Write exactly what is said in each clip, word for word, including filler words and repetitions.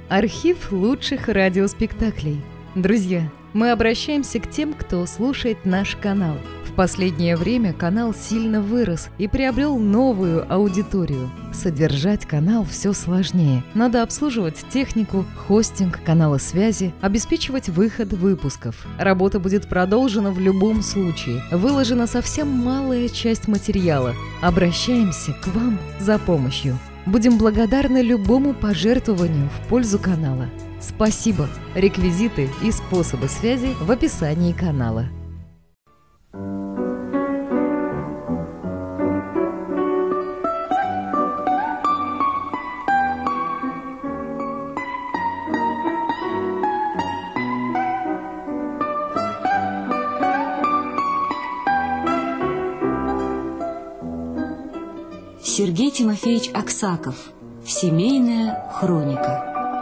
Архив лучших радиоспектаклей. Друзья, мы обращаемся к тем, кто слушает наш канал. В последнее время канал сильно вырос и приобрел новую аудиторию. Содержать канал все сложнее. Надо обслуживать технику, хостинг, каналы связи, обеспечивать выход выпусков. Работа будет продолжена в любом случае. Выложена совсем малая часть материала. Обращаемся к вам за помощью. Будем благодарны любому пожертвованию в пользу канала. Спасибо! Реквизиты и способы связи в описании канала. Сергей Тимофеевич Аксаков. Семейная хроника.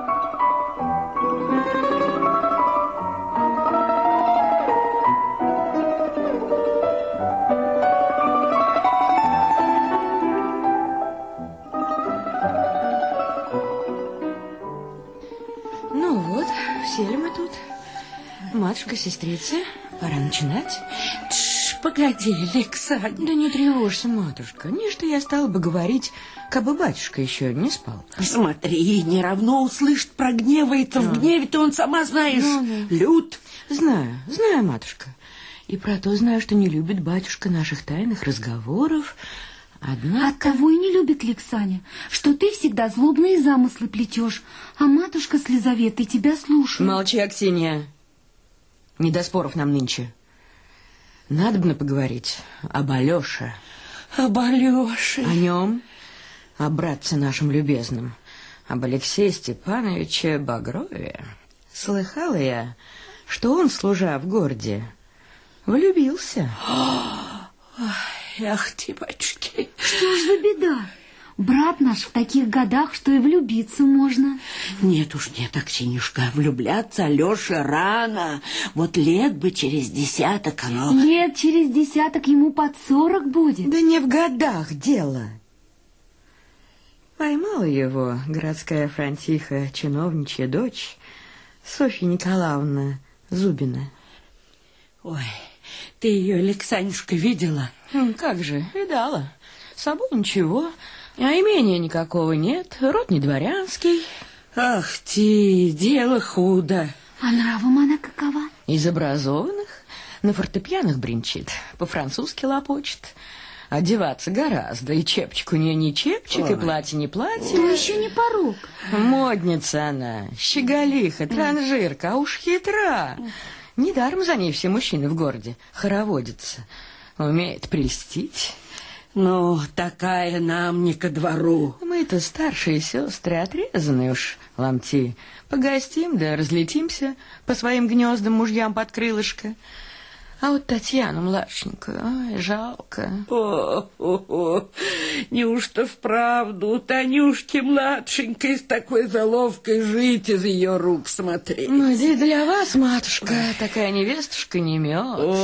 Ну вот, сели мы тут. Матушка-сестрица, пора начинать. Погоди, Александр. Да не тревожься, матушка. Не что я стала бы говорить, кабы батюшка еще не спал. Смотри, не равно услышит, прогневается. Ну. В гневе-то он, сама знаешь, ну, ну. лют. Знаю, знаю, матушка. И про то знаю, что не любит батюшка наших тайных разговоров. Однако... Оттого и не любит Лексаня, что ты всегда злобные замыслы плетешь, а матушка с Лизаветой тебя слушает. Молчи, Аксинья. Не до споров нам нынче. Надобно поговорить об Алёше. Об Алёше. О нем, о братце нашем любезном, об Алексее Степановиче Багрове. Слыхала я, что он, служа в городе, влюбился. Ой, ах ты, батюшки. Что ж за беда? Брат наш в таких годах, что и влюбиться можно. Нет уж, нет, Аксинюшка, влюбляться Алёше рано. Вот лет бы через десяток оно... Лет через десяток ему под сорок будет. Да не в годах дело. Поймала его городская франтиха, чиновничья дочь, Софья Николаевна Зубина. Ой, ты ее, Алексанюшка, видела? Как же, видала. С собой ничего... А имения никакого нет, род не дворянский. Ах ты, дело худо. А нравом она какова? Из образованных, на фортепианах бренчит, по-французски лопочет. Одеваться гораздо, и чепчик у нее не чепчик, Ой. И платье не платье. То еще не порок. Модница она, щеголиха, транжирка, а уж хитра. Недаром за ней все мужчины в городе хороводятся. Умеет прельстить. Ну, такая нам не ко двору. Мы-то старшие сестры, отрезаны уж ломти. Погостим, да разлетимся по своим гнездам мужьям под крылышко. А вот Татьяну младшенькую, ой, жалко. О-о-о, неужто вправду Танюшке младшенькой с такой заловкой жить из ее рук смотреть? Ну, и для вас, матушка, такая невестушка не мед.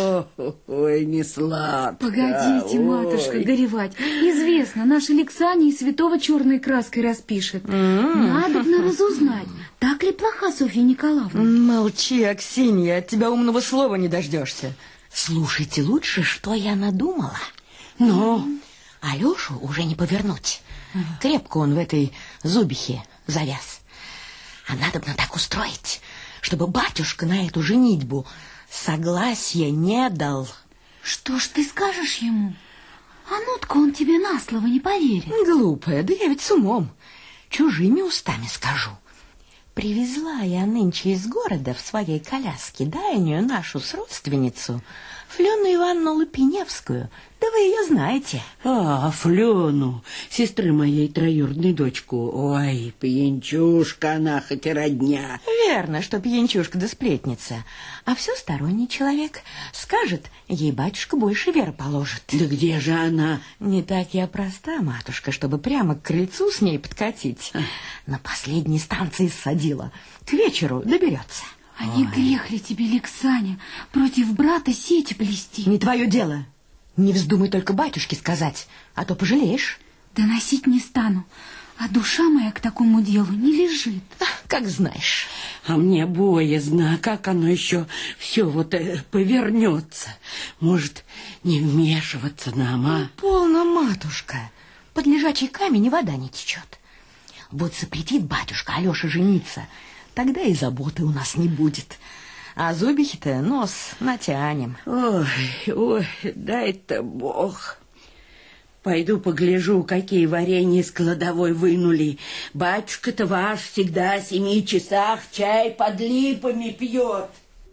Ой, не сладко. Погодите, ой. Матушка, горевать. Известно, наш Алексаний святого черной краской распишет. Mm-hmm. Надобно разузнать, так ли плоха Софья Николаевна. Молчи, Аксинья, от тебя умного слова не дождешься. Слушайте лучше, что я надумала. Ну, Алёшу уже не повернуть. Крепко он в этой зубихе завяз. А надобно так устроить, чтобы батюшка на эту женитьбу согласия не дал. Что ж ты скажешь ему? А ну-тка он тебе на слово не поверит. Глупая, да я ведь с умом. Чужими устами скажу. Привезла я нынче из города в своей коляске дальнюю нашу сродственницу, Флену Ивановну Лопиневскую. Да вы ее знаете. А, Флену, сестры моей троюродной дочку. Ой, пьянчушка она, хоть и родня. Верно, что пьянчушка да сплетница. А все сторонний человек. Скажет, ей батюшка больше веры положит. Да где же она? Не так я проста, матушка, чтобы прямо к крыльцу с ней подкатить. А. На последней станции ссадила. К вечеру доберется. А не грех ли тебе, Лексаня, против брата сети плести? Не твое дело. Не вздумай только батюшке сказать, а то пожалеешь. Доносить не стану, а душа моя к такому делу не лежит. как знаешь. А мне боязно, как оно еще все вот э, повернется. Может, не вмешиваться нам, а? Полно, матушка. Под лежачий камень и вода не течет. Вот запретит батюшка Алёше жениться, тогда и заботы у нас не будет. А зубихи-то нос натянем. Ой, ой, дай-то Бог. Пойду погляжу, какие варенья из кладовой вынули. Батюшка-то ваш всегда о семи часах чай под липами пьет.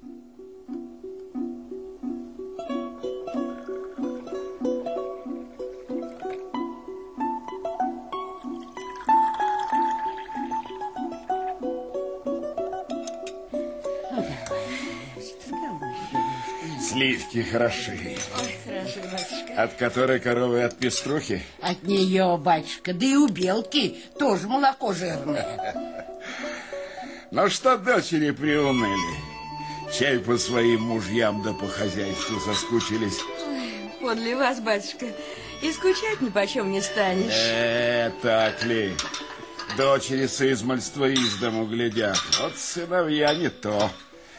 Сливки хороши. От которой коровы от пеструхи? От нее, батюшка, да и у белки тоже молоко жирное. Ну что, дочери приуныли? Чай по своим мужьям да по хозяйству соскучились. Подле вас, батюшка, и скучать ни почем не станешь. Э, так ли? Дочери с измальства из дому глядят. Вот сыновья не то.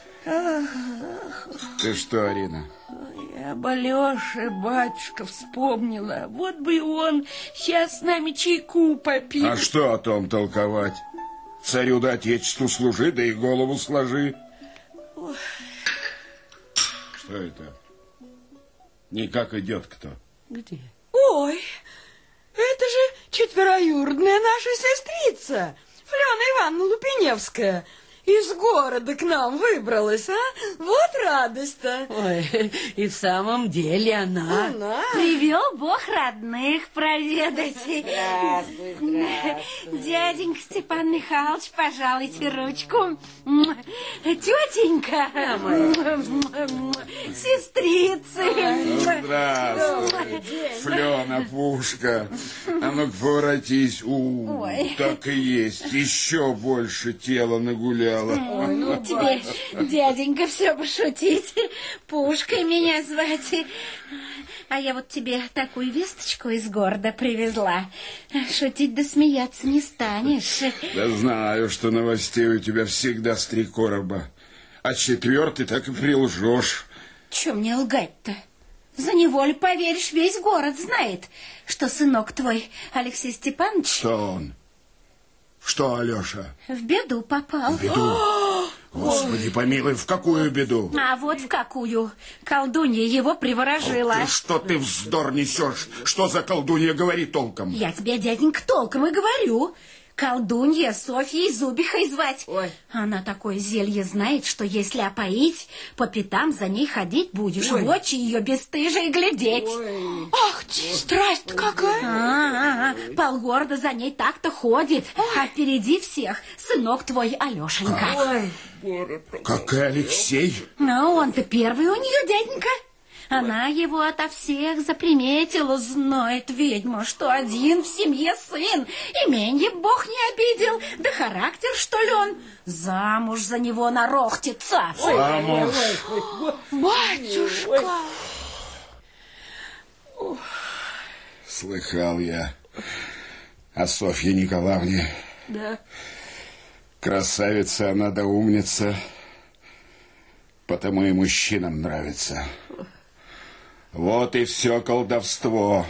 Ты что, Арина? Я об Алёше, батюшка, вспомнила. Вот бы и он сейчас с нами чайку попил. А что о том толковать? Царю да отечеству служи, да и голову сложи. Ой. Что это? Никак идет кто? Где? Ой, это же четвероюродная наша сестрица, Флёна Ивановна Лупеневская. Из города к нам выбралась, а? Вот радость-то. Ой, и в самом деле она... Она? Привел Бог родных проведать. Здравствуй, здравствуй. Дяденька Степан Михайлович, пожалуйте ручку. Тетенька. Сестрицы. Ну, здравствуй, Флёна Пушка. А ну-ка, поворотись. У, Ой. так и есть. Еще больше тела нагуляла. Ой, ну тебе, дяденька, все бы шутить. Пушкой меня звать. А я вот тебе такую весточку из города привезла. Шутить да смеяться не станешь. Да знаю, что новостей у тебя всегда с три короба. А четвертый так и прилжешь. Че мне лгать-то? За него ли поверишь, весь город знает, что сынок твой, Алексей Степанович... Что он? Что, Алёша? В беду попал. В беду? Господи, помилуй, в какую беду? А вот в какую. Колдунья его приворожила. Ты что ты вздор несешь? Что за колдунья? Говори толком. Я тебе, дяденька, толком и говорю. Колдунья Софьей Зубихой звать. Ой. Она такое зелье знает, что если опоить, по пятам за ней ходить будешь, Ой. в очи ее бесстыжей глядеть. Ой. Ах ты, страсть какая! А, -а, -а, полгорода за ней так-то ходит, а впереди всех сынок твой Алешенька. Ой. Как и Алексей? Ну, он-то первый у нее, дяденька. Она его ото всех заприметила, знает ведьма, что один в семье сын. Именье Бог не обидел, да характер, что ли, он замуж за него нарохтится. Замуж? Батюшка! Слыхал я о Софье Николаевне. Да. Красавица она да умница, потому и мужчинам нравится. Вот и все колдовство.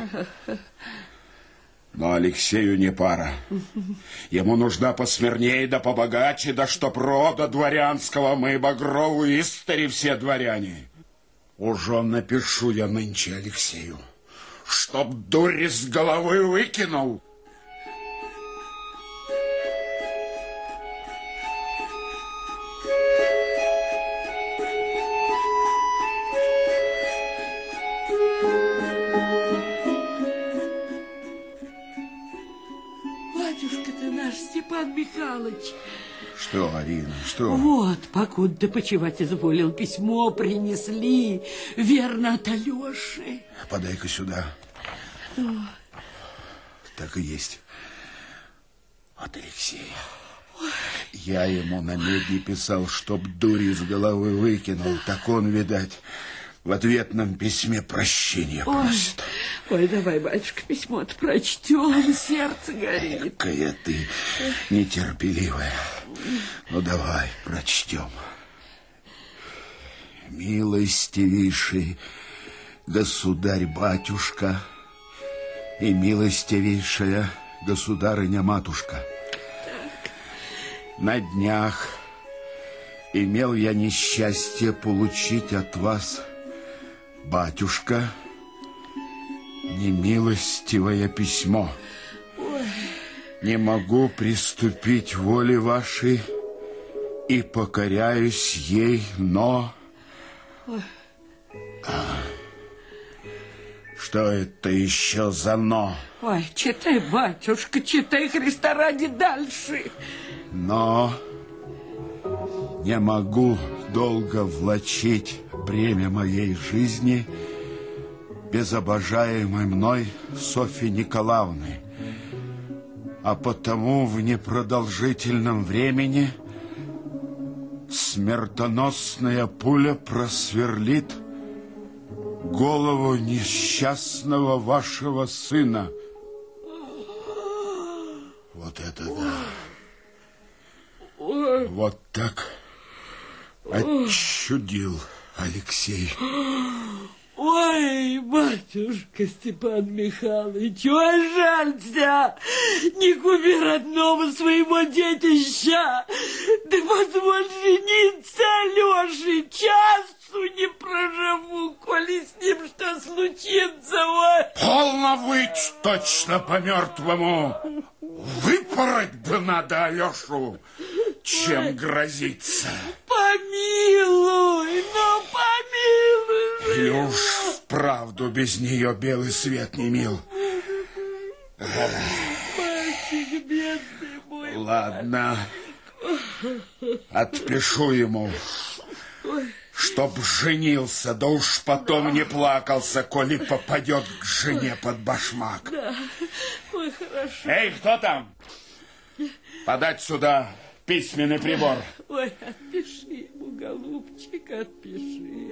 Но Алексею не пара. Ему нужна посмирнее да побогаче, да чтоб рода дворянского мы багровую истори все дворяне. Уже напишу я нынче Алексею, чтоб дури с головы выкинул. Батюшка-то наш, Степан Михайлович. Что, Арина, что? Вот, покуда почевать изволил, письмо принесли, верно, от Алёши. Подай-ка сюда. Так и есть. От Алексея. Я ему на медне писал, чтоб дури из головы выкинул. Так он, видать, в ответном письме прощения просит. Ой, давай, батюшка, письмо-то прочтем, сердце горит. Какая ты нетерпеливая. Ну, давай, прочтем. Милостивейший государь-батюшка и милостивейшая государыня-матушка, на днях имел я несчастье получить от вас, батюшка, немилостивое письмо. Не могу приступить воле вашей и покоряюсь ей, но... А, что это еще за но? Ой, читай, батюшка, читай, Христа ради, дальше. Но не могу долго влачить бремя моей жизни без обожаемой мной Софьи Николаевны, а потому в непродолжительном времени смертоносная пуля просверлит голову несчастного вашего сына. Вот это да. Вот так отчудил Алексей. Ой, батюшка Степан Михайлович, ой, жалься, не губи родного своего детища, да позволь жениться Алёше, часу не проживу, коли с ним что случится, ой. Полно выть точно по-мертвому, выпороть бы надо Алёшу, чем ой. Грозиться. Помилуй, ну помилуй. Или уж вправду без нее белый свет не мил. Мальчик бедный мой. Ладно, отпишу ему, чтоб женился, да уж потом не плакался, коли попадет к жене под башмак. Да, ой, хорошо. Эй, кто там? Подать сюда письменный прибор. Ой, отпиши ему, голубчик, отпиши.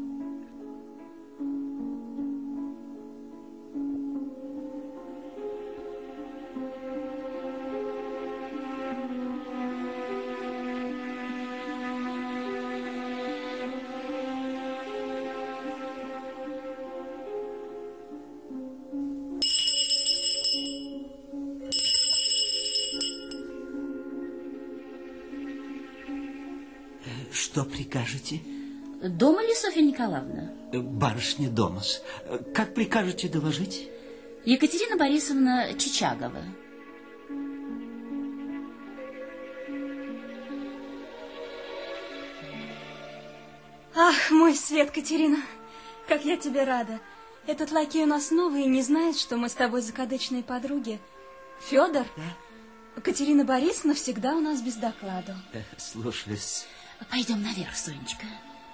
Что прикажете? Дома ли Софья Николаевна? Барышня дома-с. Как прикажете доложить? Екатерина Борисовна Чичагова. Ах, мой свет, Катерина, как я тебе рада. Этот лакей у нас новый и не знает, что мы с тобой закадычные подруги. Федор? Да? Катерина Борисовна всегда у нас без докладу. Слушаюсь. Пойдем наверх, Сонечка.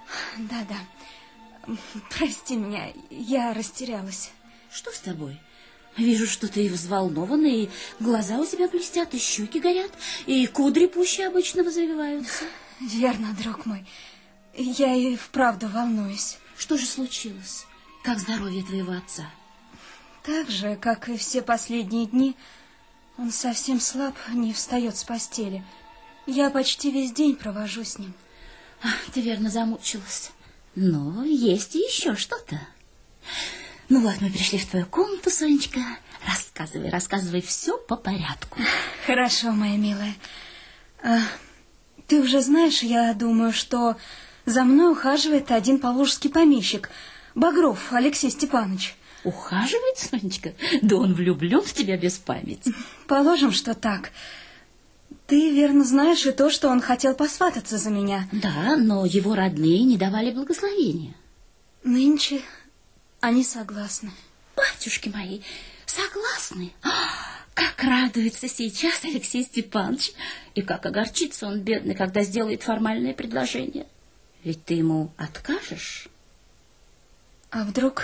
Да-да. Прости меня, я растерялась. Что с тобой? Вижу, что ты взволнованный, и глаза у тебя блестят, и щеки горят, и кудри пуще обычного завиваются. Верно, друг мой. Я и вправду волнуюсь. Что же случилось? Как здоровье твоего отца? Так же, как и все последние дни, он совсем слаб, не встает с постели. Я почти весь день провожу с ним. А, ты верно замучилась. Но есть и еще что-то. Ну вот, мы пришли в твою комнату, Сонечка. Рассказывай, рассказывай все по порядку. Хорошо, моя милая. А, ты уже знаешь, я думаю, что за мной ухаживает один поволжский помещик, Багров Алексей Степанович. Ухаживает, Сонечка? Да он влюблен в тебя без памяти. Положим, что так. Ты верно знаешь и то, что он хотел посвататься за меня. Да, но его родные не давали благословения. Нынче они согласны. Батюшки мои, согласны? Как радуется сейчас Алексей Степанович. И как огорчится он, бедный, когда сделает формальное предложение. Ведь ты ему откажешь? А вдруг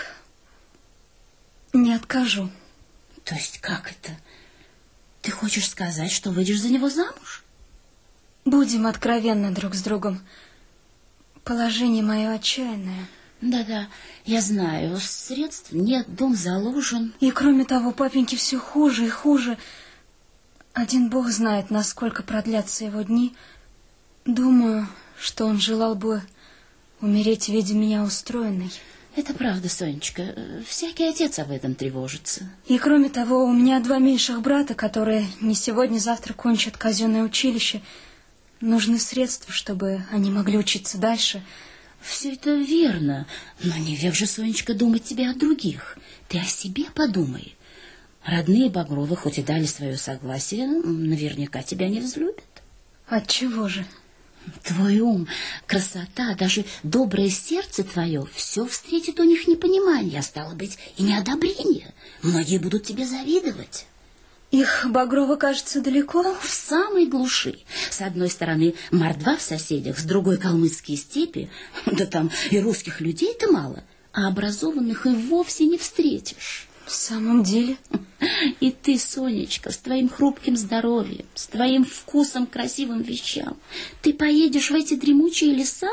не откажу? То есть как это? Ты хочешь сказать, что выйдешь за него замуж? Будем откровенны друг с другом. Положение мое отчаянное. Да-да, я знаю, средств нет, дом заложен. И кроме того, папеньке все хуже и хуже. Один Бог знает, насколько продлятся его дни. Думаю, что он желал бы умереть, видя меня устроенной. Это правда, Сонечка. Всякий отец об этом тревожится. И кроме того, у меня два меньших брата, которые не сегодня-завтра кончат казенное училище. Нужны средства, чтобы они могли учиться дальше. Все это верно, но не век же, Сонечка, думать тебе о других. Ты о себе подумай. Родные Багровы, хоть и дали свое согласие, наверняка тебя не взлюбят. Отчего же? Твой ум, красота, даже доброе сердце твое все встретит у них непонимание, а стало быть, и неодобрение. Многие будут тебе завидовать. Их Багрово, кажется, далеко? В самой глуши. С одной стороны мордва в соседях, с другой калмыцкие степи. Да там и русских людей-то мало, а образованных и вовсе не встретишь. В самом деле? И ты, Сонечка, с твоим хрупким здоровьем, с твоим вкусом к красивым вещам, ты поедешь в эти дремучие леса?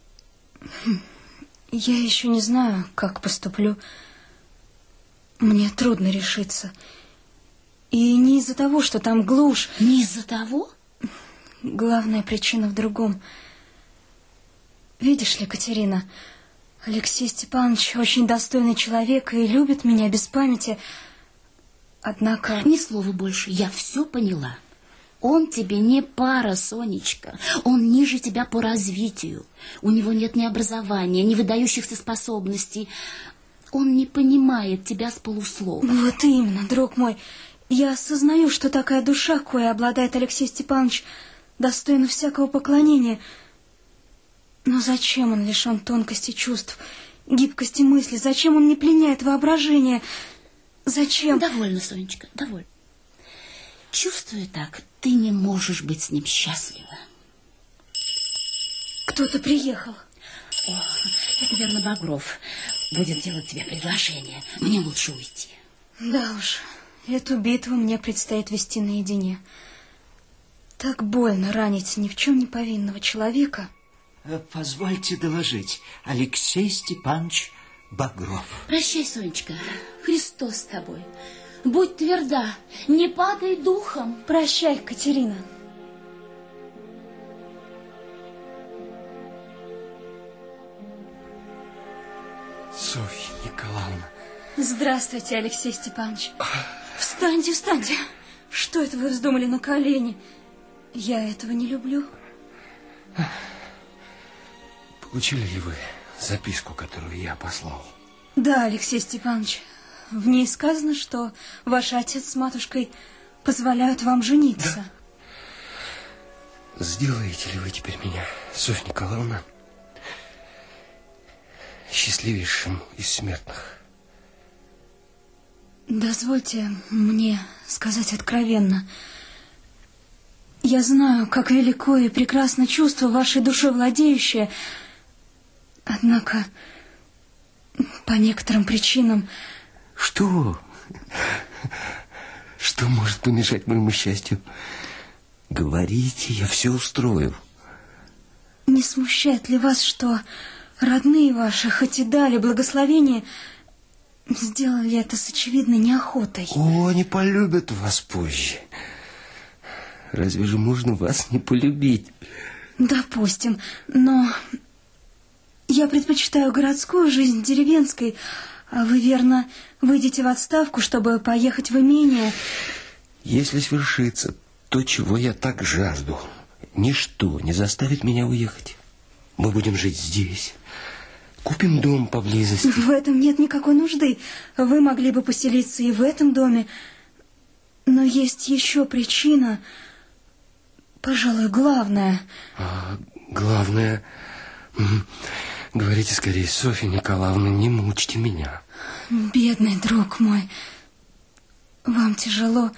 Я еще не знаю, как поступлю. Мне трудно решиться. И не из-за того, что там глушь. Не из-за того? Главная причина в другом. Видишь ли, Катерина, Алексей Степанович очень достойный человек и любит меня без памяти. Однако... Ни слова больше, я все поняла. Он тебе не пара, Сонечка. Он ниже тебя по развитию. У него нет ни образования, ни выдающихся способностей. Он не понимает тебя с полуслова. Вот именно, друг мой. Я осознаю, что такая душа, кое обладает Алексей Степанович, достойна всякого поклонения. Но зачем он лишен тонкости чувств, гибкости мысли? Зачем он не пленяет воображение? Зачем? Довольно, Сонечка, довольно. Чувствуя так, ты не можешь быть с ним счастлива. Кто-то приехал. О, это верно Багров. Будет делать тебе предложение. Мне лучше уйти. Да уж, эту битву мне предстоит вести наедине. Так больно ранить ни в чем не повинного человека. Позвольте доложить, Алексей Степанович Багров. Прощай, Сонечка. Христос с тобой. Будь тверда, не падай духом. Прощай, Катерина. Софья Николаевна. Здравствуйте, Алексей Степанович. Встаньте, встаньте. Что это вы вздумали на колени? Я этого не люблю. Получили ли вы записку, которую я послал? Да, Алексей Степанович. В ней сказано, что ваш отец с матушкой позволяют вам жениться. Да. Сделаете ли вы теперь меня, Софья Николаевна, счастливейшим из смертных? Дозвольте мне сказать откровенно. Я знаю, как велико и прекрасно чувство вашей душой владеющее. Однако, по некоторым причинам... Что? Что может помешать моему счастью? Говорите, я все устрою. Не смущает ли вас, что родные ваши, хоть и дали благословение, сделали это с очевидной неохотой? О, они полюбят вас позже. Разве же можно вас не полюбить? Допустим, но я предпочитаю городскую жизнь деревенской, а вы, верно, выйдете в отставку, чтобы поехать в имение. Если свершится то, чего я так жажду, ничто не заставит меня уехать. Мы будем жить здесь. Купим дом поблизости. В этом нет никакой нужды. Вы могли бы поселиться и в этом доме. Но есть еще причина, пожалуй, главная. А, главное... Говорите скорее, Софья Николаевна, не мучьте меня. Бедный друг мой, вам тяжело,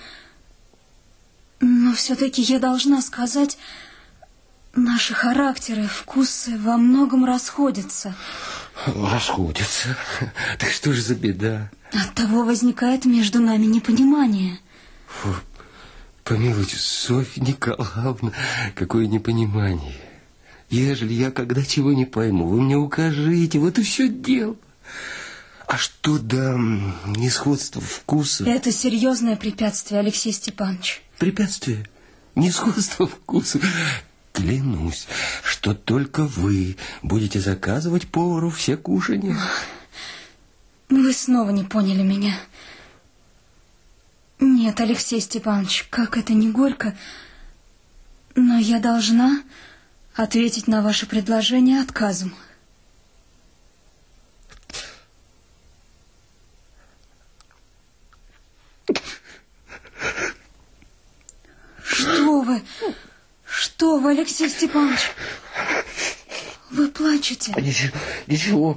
но все-таки я должна сказать, наши характеры, вкусы во многом расходятся. Расходятся? Так что же за беда? Оттого возникает между нами непонимание. Фу, помилуйте, Софья Николаевна, какое непонимание. Ежели я когда чего не пойму, вы мне укажите, вот и все дело. А что до несходства вкуса? Это серьезное препятствие, Алексей Степанович. препятствие, несходство вкуса. Клянусь, что только вы будете заказывать повару все кушанья. Вы снова не поняли меня. Нет, Алексей Степанович, как это не горько, но я должна ответить на ваше предложение отказом. Что вы? Что вы, Алексей Степанович? Вы плачете? Ничего, ничего.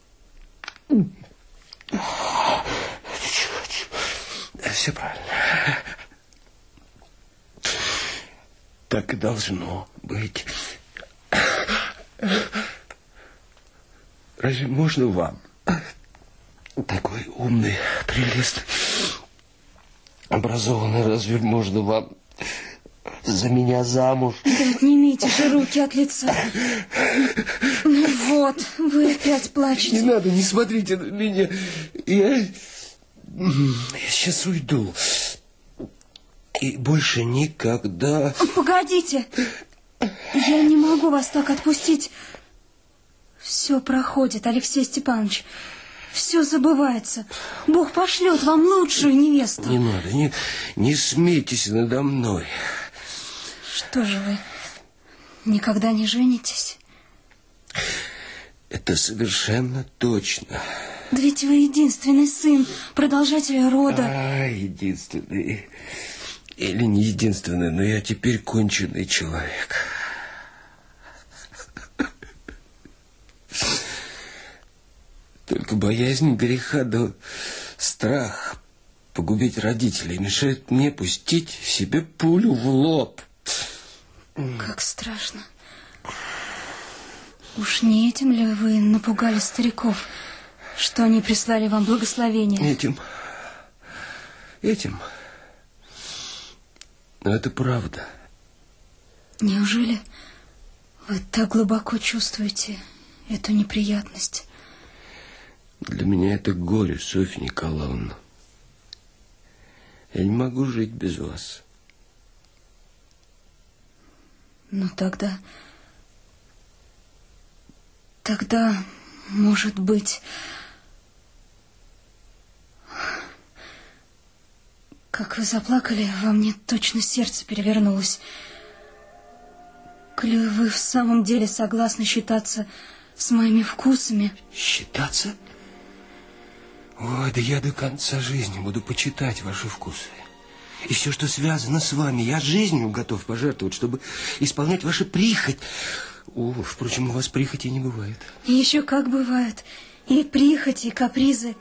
Все правильно. Так и должно быть. Разве можно вам, такой умный, прелестный, образованный, разве можно вам за меня замуж? Да отнимите же руки от лица. Ну вот, вы опять плачете. Не надо, не смотрите на меня. Я, я сейчас уйду. И больше никогда... Погодите. Я не могу вас так отпустить. Все проходит, Алексей Степанович. Все забывается. Бог пошлет вам лучшую невесту. Не надо, не, не смейтесь надо мной. Что же вы, никогда не женитесь? Это совершенно точно. Да ведь вы единственный сын, продолжатель рода. А, единственный. Или не единственный, но я теперь конченый человек. Только боязнь греха да страх погубить родителей мешает мне пустить себе пулю в лоб. Как страшно. Уж не этим ли вы напугали стариков, что они прислали вам благословение? Этим. Этим. Но это правда. Неужели вы так глубоко чувствуете эту неприятность? Для меня это горе, Софья Николаевна. Я не могу жить без вас. Ну тогда... Тогда, может быть... Как вы заплакали, во мне точно сердце перевернулось. Коли вы в самом деле согласны считаться с моими вкусами... Считаться? Ой, да я до конца жизни буду почитать ваши вкусы. И все, что связано с вами, я жизнью готов пожертвовать, чтобы исполнять ваши прихоть. О, впрочем, у вас прихоти не бывает. И еще как бывает. И прихоти, и капризы.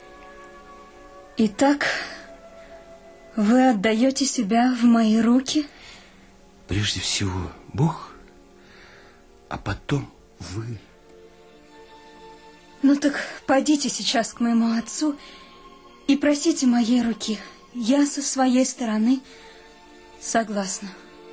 Итак, вы отдаете себя в мои руки? Прежде всего Бог, а потом вы. Ну так пойдите сейчас к моему отцу и просите моей руки. Я со своей стороны согласна.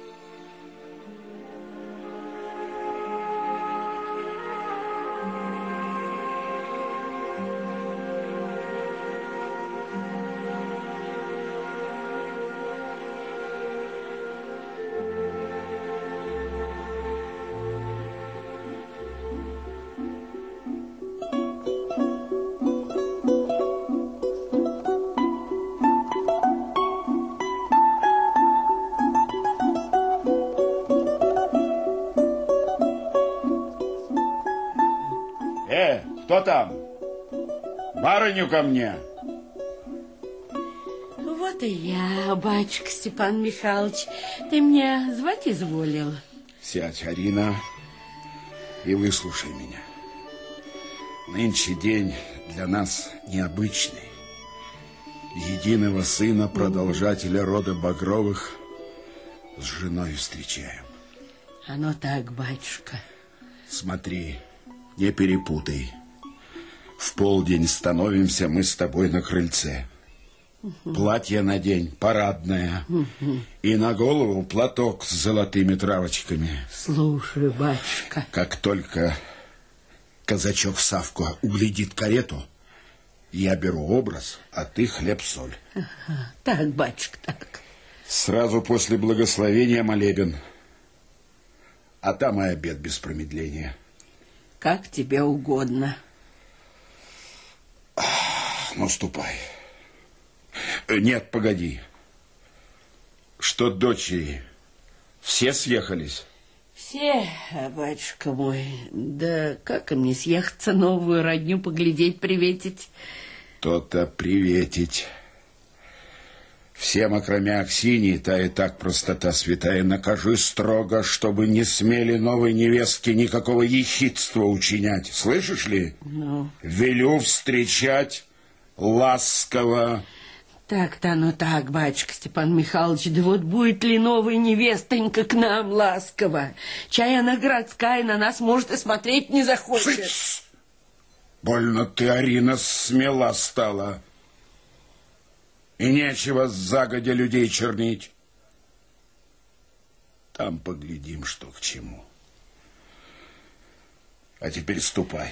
Э, кто там? Барыню ко мне. Вот и я, батюшка Степан Михайлович. Ты меня звать изволил? Сядь, Арина, и выслушай меня. Нынче день для нас необычный. Единого сына, продолжателя рода Багровых, с женой встречаем. Оно так, батюшка. Смотри, не перепутай. В полдень становимся мы с тобой на крыльце. Угу. Платье надень, парадное. Угу. И на голову платок с золотыми травочками. Слушай, батюшка. Как только казачок Савко углядит карету, я беру образ, а ты хлеб-соль. Ага. Так, батюшка, так. Сразу после благословения молебен. А там и обед без промедления. Как тебе угодно. Ну, ступай. Нет, погоди. Что дочери? Все съехались? Все, батюшка мой. Да как им не съехаться, новую родню поглядеть, приветить? То-то приветить. Всем, окромя Аксиньи, та и так простота святая, накажи строго, чтобы не смели новой невестке никакого ехидства учинять. Слышишь ли? Ну? Велю встречать ласково. Так-то оно так, батюшка Степан Михайлович, да вот будет ли новая невестонька к нам ласково? Чай она городская, на нас, может, и смотреть не захочет. Цыц! Больно ты, Арина, смела стала. И нечего загодя людей чернить. Там поглядим, что к чему. А теперь ступай.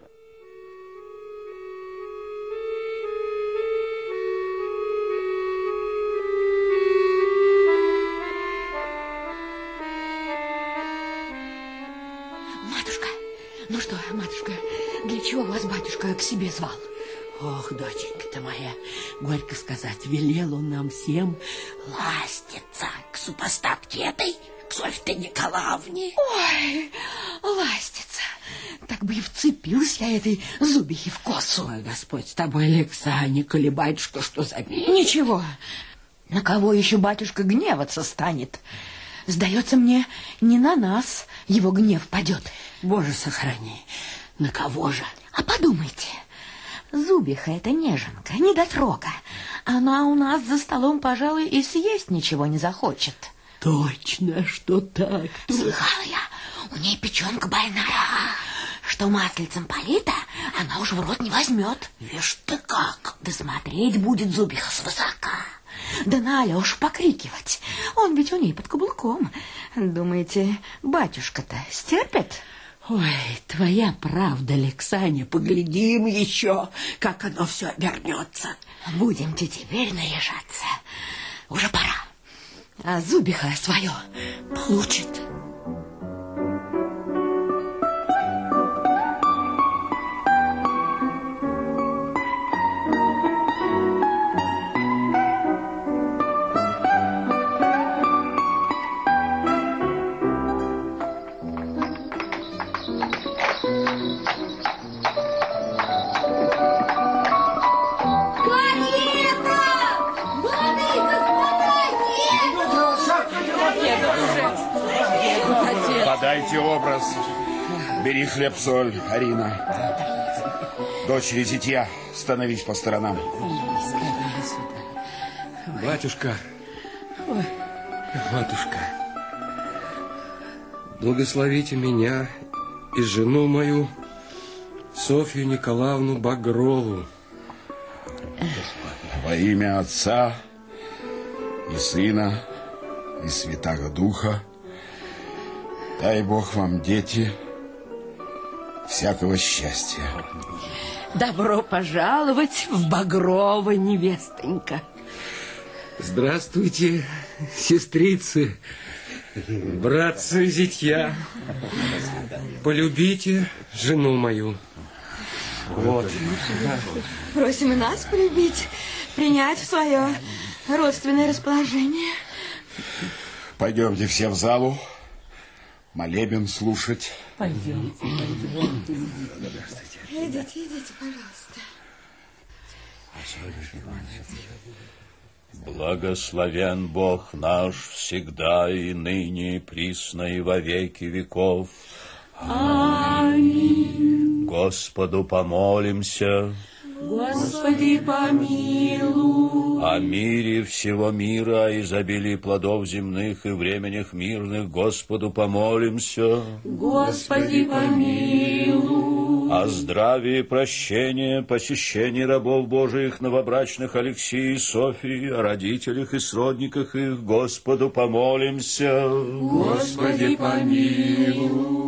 Матушка, ну что, матушка, для чего вас батюшка к себе звал? Ох, доченька-то моя, горько сказать, велел он нам всем ластиться к супостатке этой, к Софье Николаевне. Ой, ластится. Так бы и вцепился я этой зубихи в косу. Ой, Господь с тобой, Александр, коли батюшка что заметит. Ничего. На кого еще батюшка гневаться станет? Сдается мне, не на нас его гнев падет. Боже, сохрани. На кого же? А подумайте. Зубиха это неженка, недотрога. Она у нас за столом, пожалуй, и съесть ничего не захочет. Точно, что так. Слыхала я, у ней печенка больная. Что маслицем полита, она уж в рот не возьмет. Вишь ты как. Да смотреть будет зубиха свысока. Да на Алёшу покрикивать. Он ведь у ней под каблуком. Думаете, батюшка-то стерпит? Ой, твоя правда, Александр, поглядим еще, как оно все обернется. Будемте теперь наряжаться. Уже пора. А зубиха свое получит. Подайте образ. Бери хлеб-соль, Арина. Дочери зятья, становись по сторонам. Батюшка, матушка, благословите меня и жену мою, Софью Николаевну Багрову. Во имя Отца и Сына и Святаго Духа, дай Бог вам, дети, всякого счастья. Добро пожаловать в Багрово, невестонька. Здравствуйте, сестрицы, братцы, зятья. Полюбите жену мою. Вот. Просим и нас полюбить, принять в свое родственное расположение. Пойдемте все в залу, молебен слушать. Пойдемте, пойдемте. Идите, идите, пожалуйста. Благословен Бог наш всегда и ныне, и присно, и во веки веков. Аминь. Господу помолимся. Господи, помилуй. О мире всего мира, о изобилии плодов земных и временях мирных Господу помолимся. Господи, помилуй. О здравии и прощении, посещении рабов Божиих новобрачных Алексея и Софии, о родителях и сродниках их Господу помолимся. Господи, помилуй.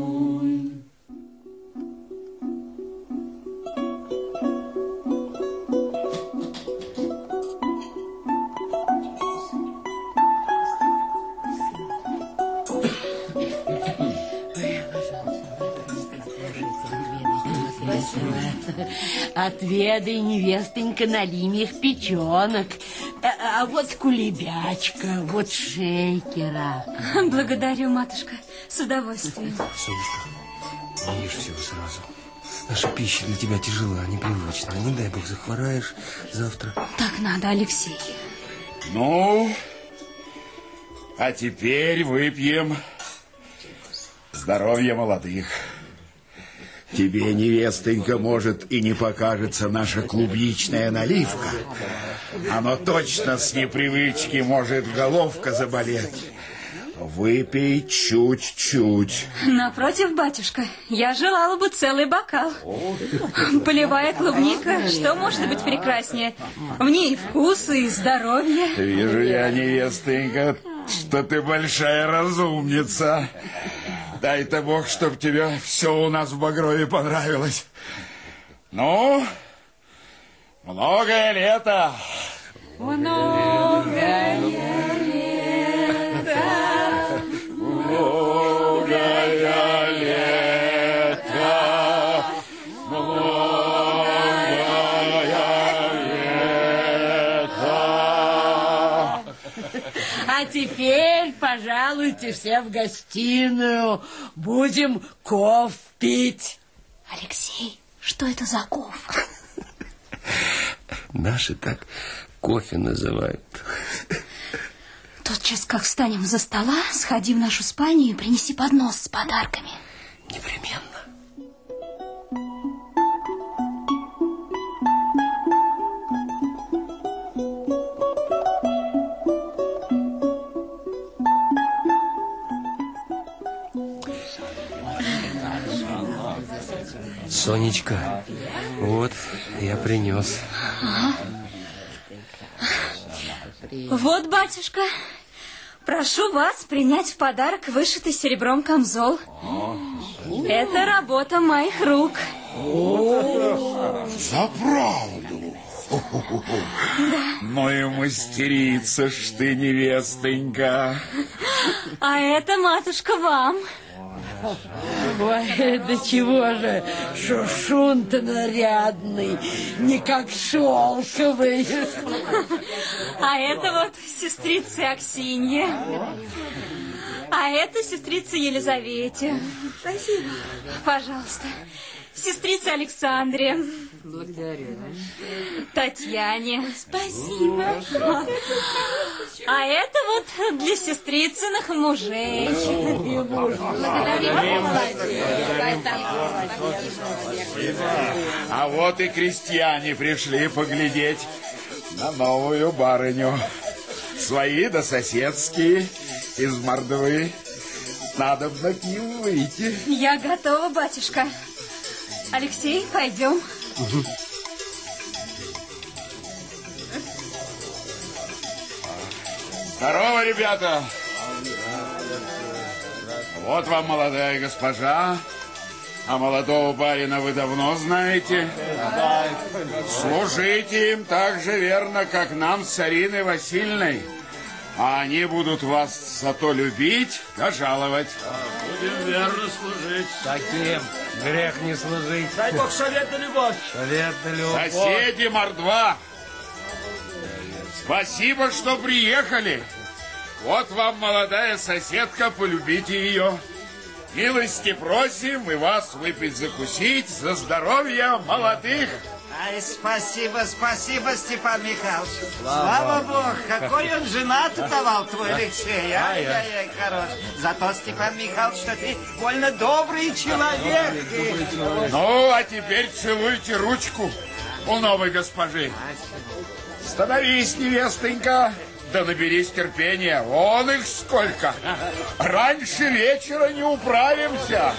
Отведай, невестонька, налим их печенок. А, а вот кулебячка, вот шейкера. Благодарю, матушка, с удовольствием. Сонечка, не ешь всего сразу. Наша пища для тебя тяжела, непривычна. Не дай бог захвораешь завтра. Так надо, Алексей. Ну, а теперь выпьем здоровье молодых. Тебе, невестонька, может и не покажется наша клубничная наливка. Оно точно с непривычки может головка заболеть. Выпей чуть-чуть. Напротив, батюшка, я желала бы целый бокал. Полевая клубника, что может быть прекраснее? В ней и вкус, и здоровье. Вижу я, невестонька, что ты большая разумница. Дай-то Бог, чтоб тебе все у нас в Багрове понравилось. Ну, многое лето. Многое лето. Многое лето. Многое лето. А теперь, пожалуйте, все в гостиную. Будем ков пить. Алексей, что это за ков? Наши так кофе называют. Тотчас, как встанем за стола, сходи в нашу спальню и принеси поднос с подарками. Непременно. Сонечка, вот я принес. Ага. Вот, батюшка, прошу вас принять в подарок вышитый серебром камзол. Это работа моих рук. За правду? Да. Ну и мастерица ж ты, невестонька. А это, матушка, вам. Ой, да чего же шушун-то нарядный, не как шелковый. А это вот сестрица Аксинья. А это сестрица Елизавете. Спасибо. Пожалуйста. Сестрица Александре. Благодарю. Татьяне. Спасибо. А это вот для сестрицыных мужей. Благодарю. А вот и крестьяне пришли поглядеть на новую барыню. Свои да соседские из Мордвы. Надо бы к ним выйти. Я готова, батюшка. Алексей, пойдем. Угу. Здорово, ребята! Вот вам молодая госпожа. А молодого барина вы давно знаете? Служите им так же верно, как нам с Ариной Васильевной. А они будут вас зато любить да жаловать. Будем верно служить. Таким грех не служить. Дай Бог совет да любовь. Совет да любовь. Соседи Мордва, спасибо, что приехали. Вот вам молодая соседка, полюбите ее. Милости просим и вас выпить закусить за здоровье молодых. Ай, спасибо, спасибо, Степан Михайлович. Слава, Слава Богу, какой он женат давал твой Алексей. Ай-яй-яй, хорош. Зато, Степан Михайлович, что ты больно добрый человек. Ну, а теперь целуйте ручку у новой госпожи. Становись, невестонька, да наберись терпения. Вон их сколько. Раньше вечера не управимся.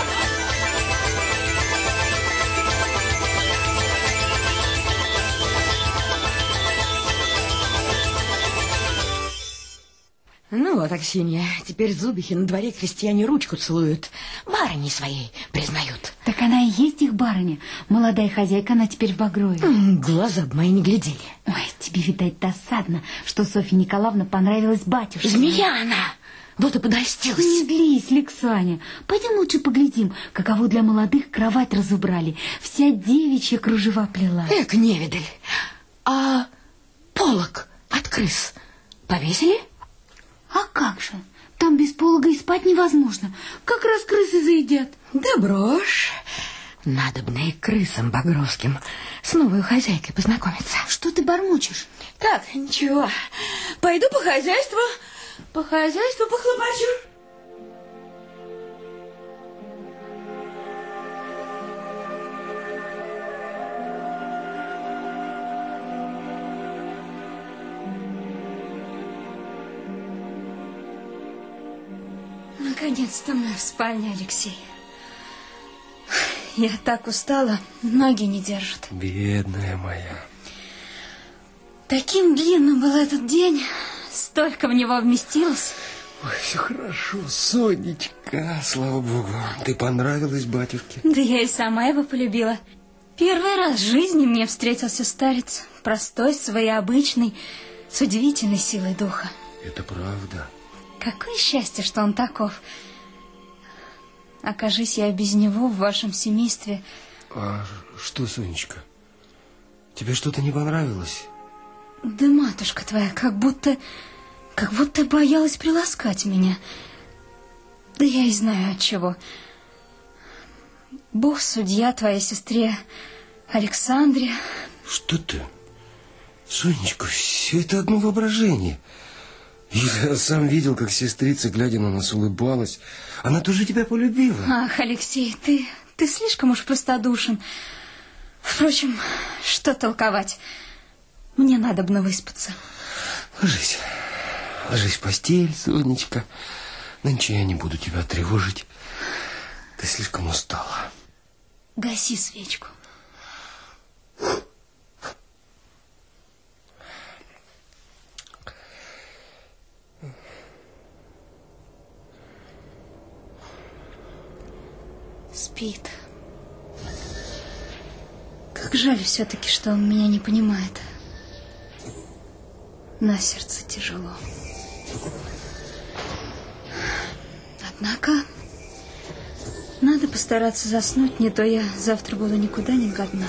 Ну вот, Аксинья, теперь Зубихи на дворе крестьяне ручку целуют. Барыни своей признают. Так она и есть их барыня. Молодая хозяйка, она теперь в Багрове. Глаза бы мои не глядели. Ой, тебе, видать, досадно, что Софья Николаевна понравилась батюшке. Змея она! Вот и подостилась. Не злись, Лексаня. Пойдем лучше поглядим, каково для молодых кровать разубрали. Вся девичья кружева плела. Эк, невидаль. А полог от крыс повесили? А как же? Там без полога и спать невозможно. Как раз крысы заедят. Да брошь. Надобно и крысам багровским с новой хозяйкой познакомиться. Что ты бормочешь? Так, ничего. Пойду по хозяйству. По хозяйству похлопочу. Наконец-то мы в спальне, Алексей. Я так устала, ноги не держат. Бедная моя. Таким длинным был этот день, столько в него вместилось. Ой, все хорошо, Сонечка, слава богу. Ты понравилась батюшке? Да я и сама его полюбила. Первый раз в жизни мне встретился старец, простой, своеобычный, с удивительной силой духа. Это правда. Какое счастье, что он таков. Окажись я без него в вашем семействе. А что, Сонечка, тебе что-то не понравилось? Да матушка твоя как будто, как будто боялась приласкать меня. Да я и знаю от чего. Бог судья твоей сестре Александре. Что ты? Сонечка, все это одно воображение. Я сам видел, как сестрица, глядя на нас, улыбалась. Она тоже тебя полюбила. Ах, Алексей, ты, ты слишком уж простодушен. Впрочем, что толковать? Мне надобно выспаться. Ложись. Ложись в постель, Сонечка. Нынче я не буду тебя тревожить. Ты слишком устала. Гаси свечку. Спит. Как жаль все-таки, что он меня не понимает. На сердце тяжело. Однако надо постараться заснуть, не то я завтра буду никуда не годна.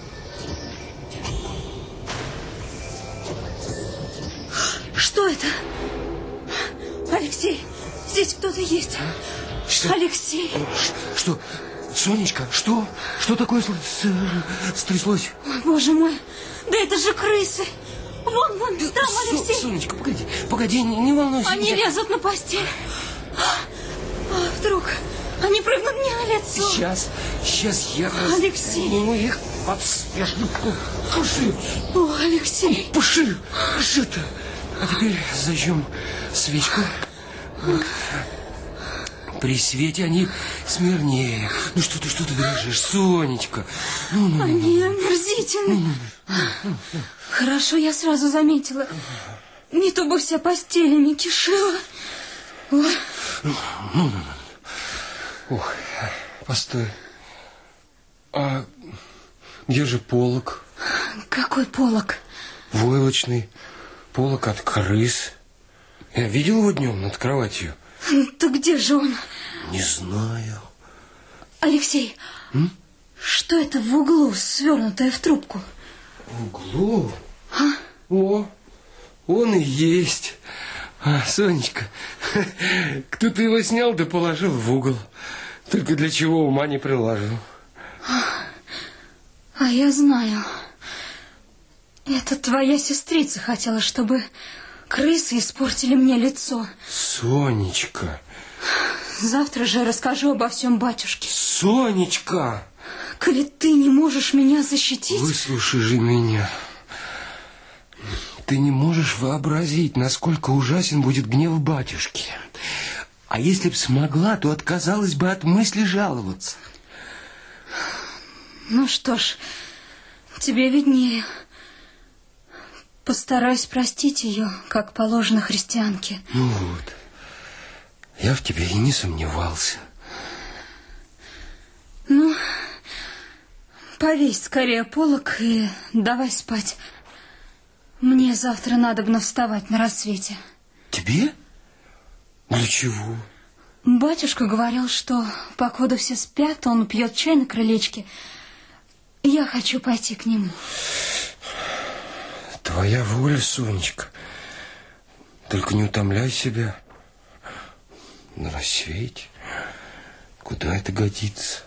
Что это? Алексей, здесь кто-то есть. Что? Алексей. Что? Сонечка, что? Что такое стряслось? Ой, боже мой, да это же крысы. Вон, вон, там, Алексей. Сонечка, погоди, погоди, не, не волнуйся. Они я... лезут на постель. А вдруг они прыгнут мне на лицо? Сейчас, сейчас я... Алексей. Ну, их подспешно. Пуши. О, Алексей. Пуши, пуши-то. А теперь зажжем свечку. Вот. При свете они смирнее. Ну что ты, что ты дрожишь, Сонечка? Ну, ну, они ну, омерзительны. Ну, ну, ну. Хорошо, я сразу заметила. Не то бы вся постелями кишела. Ой. Ну, ну, ну, ну. Ох, постой. А где же полог? Какой полог? Войлочный. Полог от крыс. Я видел его днем над кроватью. Да где же он? Не знаю. Алексей, М? что это в углу, свернутое в трубку? В углу? А? О, он и есть. А, Сонечка, кто-то его снял да положил в угол. Только для чего ума не приложил. А я знаю. Это твоя сестрица хотела, чтобы крысы испортили мне лицо. Сонечка. Завтра же расскажу обо всем батюшке. Сонечка! Коли ты не можешь меня защитить... Выслушай же меня. Ты не можешь вообразить, насколько ужасен будет гнев батюшки. А если б смогла, то отказалась бы от мысли жаловаться. Ну что ж, тебе виднее. Постараюсь простить ее, как положено христианке. Ну вот, я в тебе и не сомневался. Ну, повесь скорее полог и давай спать. Мне завтра надобно вставать на рассвете. Тебе? Для чего? Батюшка говорил, что покуда все спят, он пьет чай на крылечке. Я хочу пойти к нему. Твоя воля, Сонечка. Только не утомляй себя. На рассвете. Куда это годится?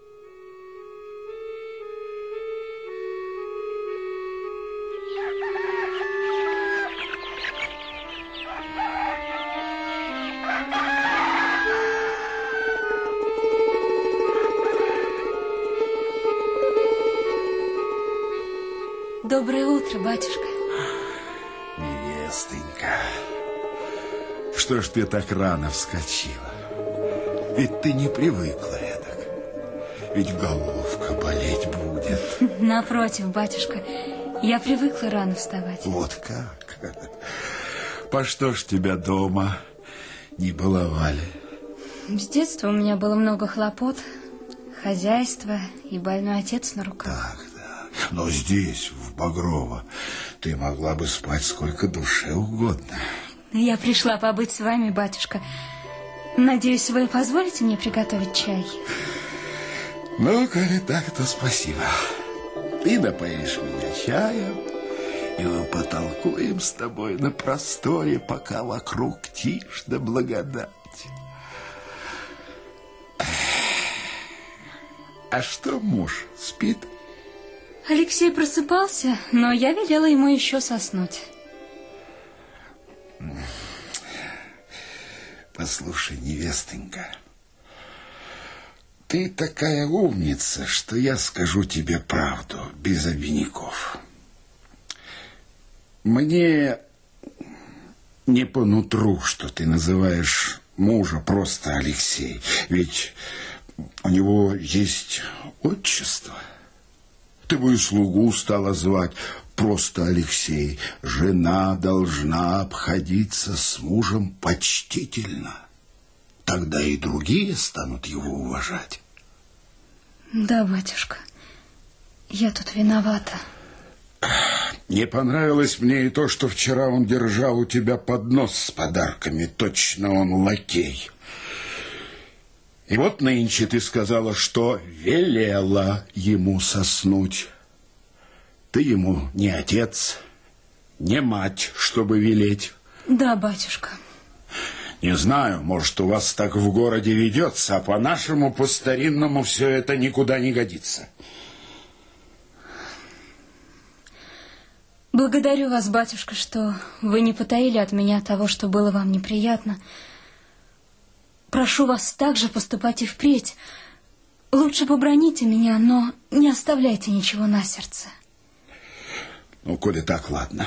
Доброе утро, батюшка. Невестонька, что ж ты так рано вскочила? Ведь ты не привыкла эдак. Ведь головка болеть будет. Напротив, батюшка, я привыкла рано вставать. Вот как? По что ж тебя дома не баловали? С детства у меня было много хлопот, хозяйство и больной отец на руках. Так, да. Но здесь, в Багрово, ты могла бы спать сколько душе угодно. Я пришла побыть с вами, батюшка. Надеюсь, вы позволите мне приготовить чай? Ну, коли так, то спасибо. Ты напоишь меня чаем, и мы потолкуем с тобой на просторе, пока вокруг тишь да благодать. А что муж, спит? Алексей просыпался, но я велела ему еще соснуть. Послушай, невестонька, ты такая умница, что я скажу тебе правду, без обиняков. Мне не по нутру, что ты называешь мужа просто Алексей, ведь у него есть отчество. Ты бы и слугу стала звать просто Алексей. Жена должна обходиться с мужем почтительно. Тогда и другие станут его уважать. Да, батюшка, я тут виновата. Не понравилось мне и то, что вчера он держал у тебя поднос с подарками. Точно он лакей. И вот нынче ты сказала, что велела ему соснуть. Ты ему не отец, не мать, чтобы велеть. Да, батюшка. Не знаю, может, у вас так в городе ведется, а по-нашему, по-старинному все это никуда не годится. Благодарю вас, батюшка, что вы не потаили от меня того, что было вам неприятно. Прошу вас также поступать и впредь. Лучше побраните меня, но не оставляйте ничего на сердце. Ну, коли так, ладно.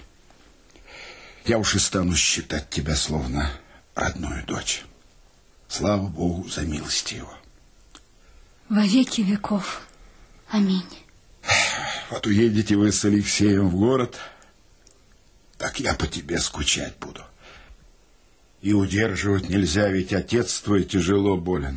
Я уж и стану считать тебя словно родную дочь. Слава Богу за милость его. Во веки веков. Аминь. Вот уедете вы с Алексеем в город, так я по тебе скучать буду. И удерживать нельзя, ведь отец твой тяжело болен.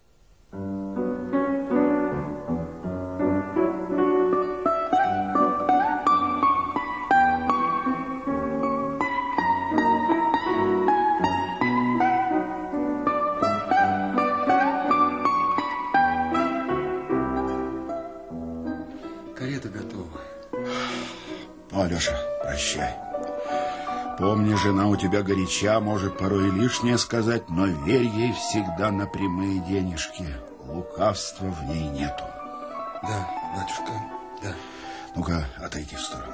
Карета готова. Ну, Алеша, прощай. Помни, жена у тебя горяча, может порой и лишнее сказать, но верь ей всегда на прямые денежки. Лукавства в ней нету. Да, батюшка, да. Ну-ка, отойди в сторону.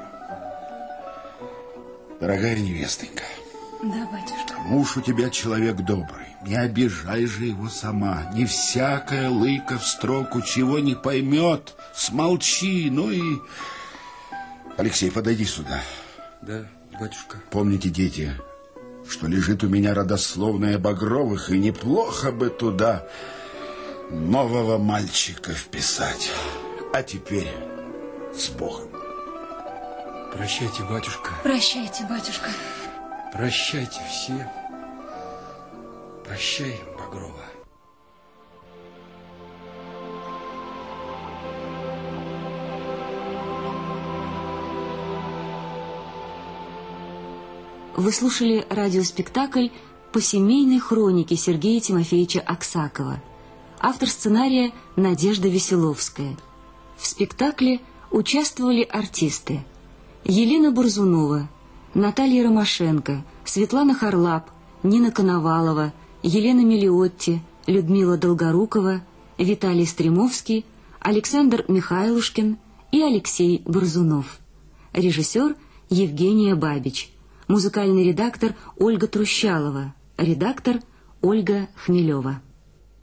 Дорогая невестонька. Да, батюшка. Муж у тебя человек добрый. Не обижай же его сама. Не всякая лыка в строку чего не поймет. Смолчи, ну и... Алексей, подойди сюда. Да, батюшка. Помните, дети, что лежит у меня родословная Багровых, и неплохо бы туда нового мальчика вписать. А теперь с Богом. Прощайте, батюшка. Прощайте, батюшка. Прощайте все. Прощай, Багрова. Вы слушали радиоспектакль по семейной хронике Сергея Тимофеевича Аксакова. Автор сценария Надежда Веселовская. В спектакле участвовали артисты: Елена Борзунова, Наталья Ромашенко, Светлана Харлап, Нина Коновалова, Елена Мелиотти, Людмила Долгорукова, Виталий Стремовский, Александр Михайлушкин и Алексей Борзунов. Режиссер Евгения Бабич. Музыкальный редактор Ольга Трущалова. Редактор Ольга Хмелева.